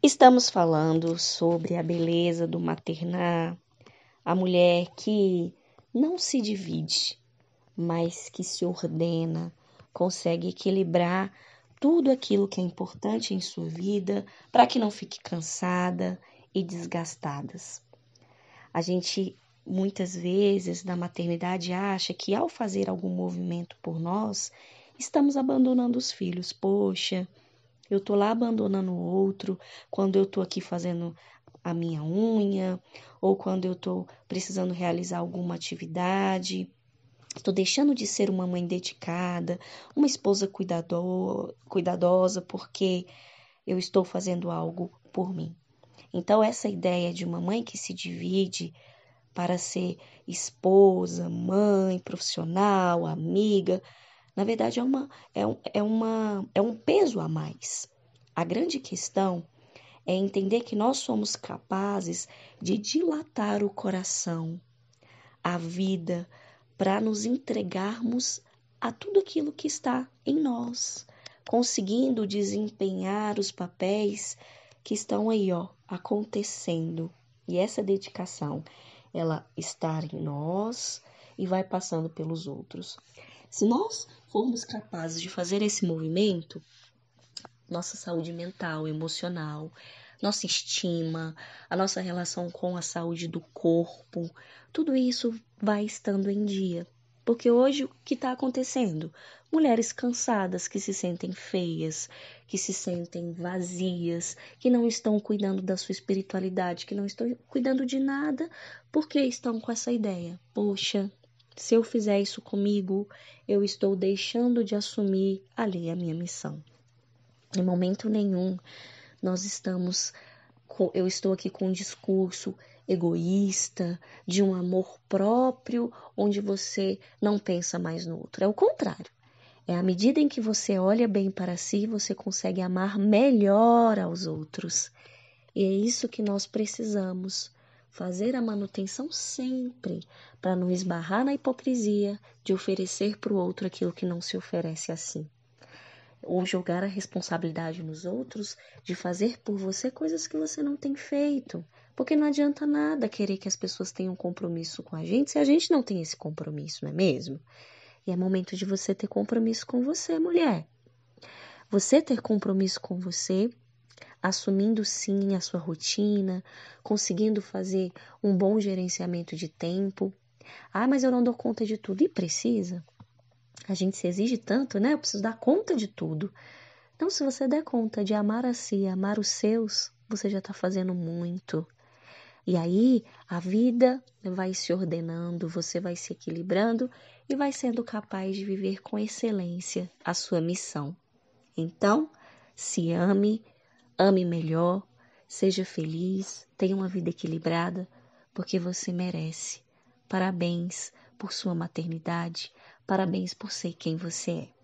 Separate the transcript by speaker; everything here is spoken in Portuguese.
Speaker 1: Estamos falando sobre a beleza do maternar, a mulher que não se divide, mas que se ordena, consegue equilibrar tudo aquilo que é importante em sua vida para que não fique cansada e desgastadas. A gente muitas vezes na maternidade acha que ao fazer algum movimento por nós, estamos abandonando os filhos. Poxa, eu tô lá abandonando o outro quando eu tô aqui fazendo a minha unha ou quando eu tô precisando realizar alguma atividade. Estou deixando de ser uma mãe dedicada, uma esposa cuidadosa porque eu estou fazendo algo por mim. Então, essa ideia de uma mãe que se divide para ser esposa, mãe, profissional, amiga, na verdade é um peso a mais. A grande questão é entender que nós somos capazes de dilatar o coração, a vida, para nos entregarmos a tudo aquilo que está em nós, conseguindo desempenhar os papéis que estão aí, acontecendo. E essa dedicação, ela está em nós e vai passando pelos outros. Se nós formos capazes de fazer esse movimento, nossa saúde mental, emocional, nossa estima, a nossa relação com a saúde do corpo, tudo isso vai estando em dia. Porque hoje o que está acontecendo? Mulheres cansadas que se sentem feias, que se sentem vazias, que não estão cuidando da sua espiritualidade, que não estão cuidando de nada, porque estão com essa ideia. Poxa, se eu fizer isso comigo, eu estou deixando de assumir ali a minha missão. Em momento nenhum eu estou aqui com um discurso egoísta, de um amor próprio, onde você não pensa mais no outro. É o contrário. É à medida em que você olha bem para si, você consegue amar melhor aos outros. E é isso que nós precisamos. Fazer a manutenção sempre, para não esbarrar na hipocrisia de oferecer para o outro aquilo que não se oferece a si. Ou jogar a responsabilidade nos outros de fazer por você coisas que você não tem feito. Porque não adianta nada querer que as pessoas tenham compromisso com a gente se a gente não tem esse compromisso, não é mesmo? E é momento de você ter compromisso com você, mulher. Você ter compromisso com você, assumindo sim a sua rotina, conseguindo fazer um bom gerenciamento de tempo. Ah, mas eu não dou conta de tudo. E precisa? A gente se exige tanto, né? Eu preciso dar conta de tudo. Então, se você der conta de amar a si, amar os seus, você já está fazendo muito. E aí, a vida vai se ordenando, você vai se equilibrando e vai sendo capaz de viver com excelência a sua missão. Então, se ame, ame melhor, seja feliz, tenha uma vida equilibrada, porque você merece. Parabéns por sua maternidade, parabéns por ser quem você é.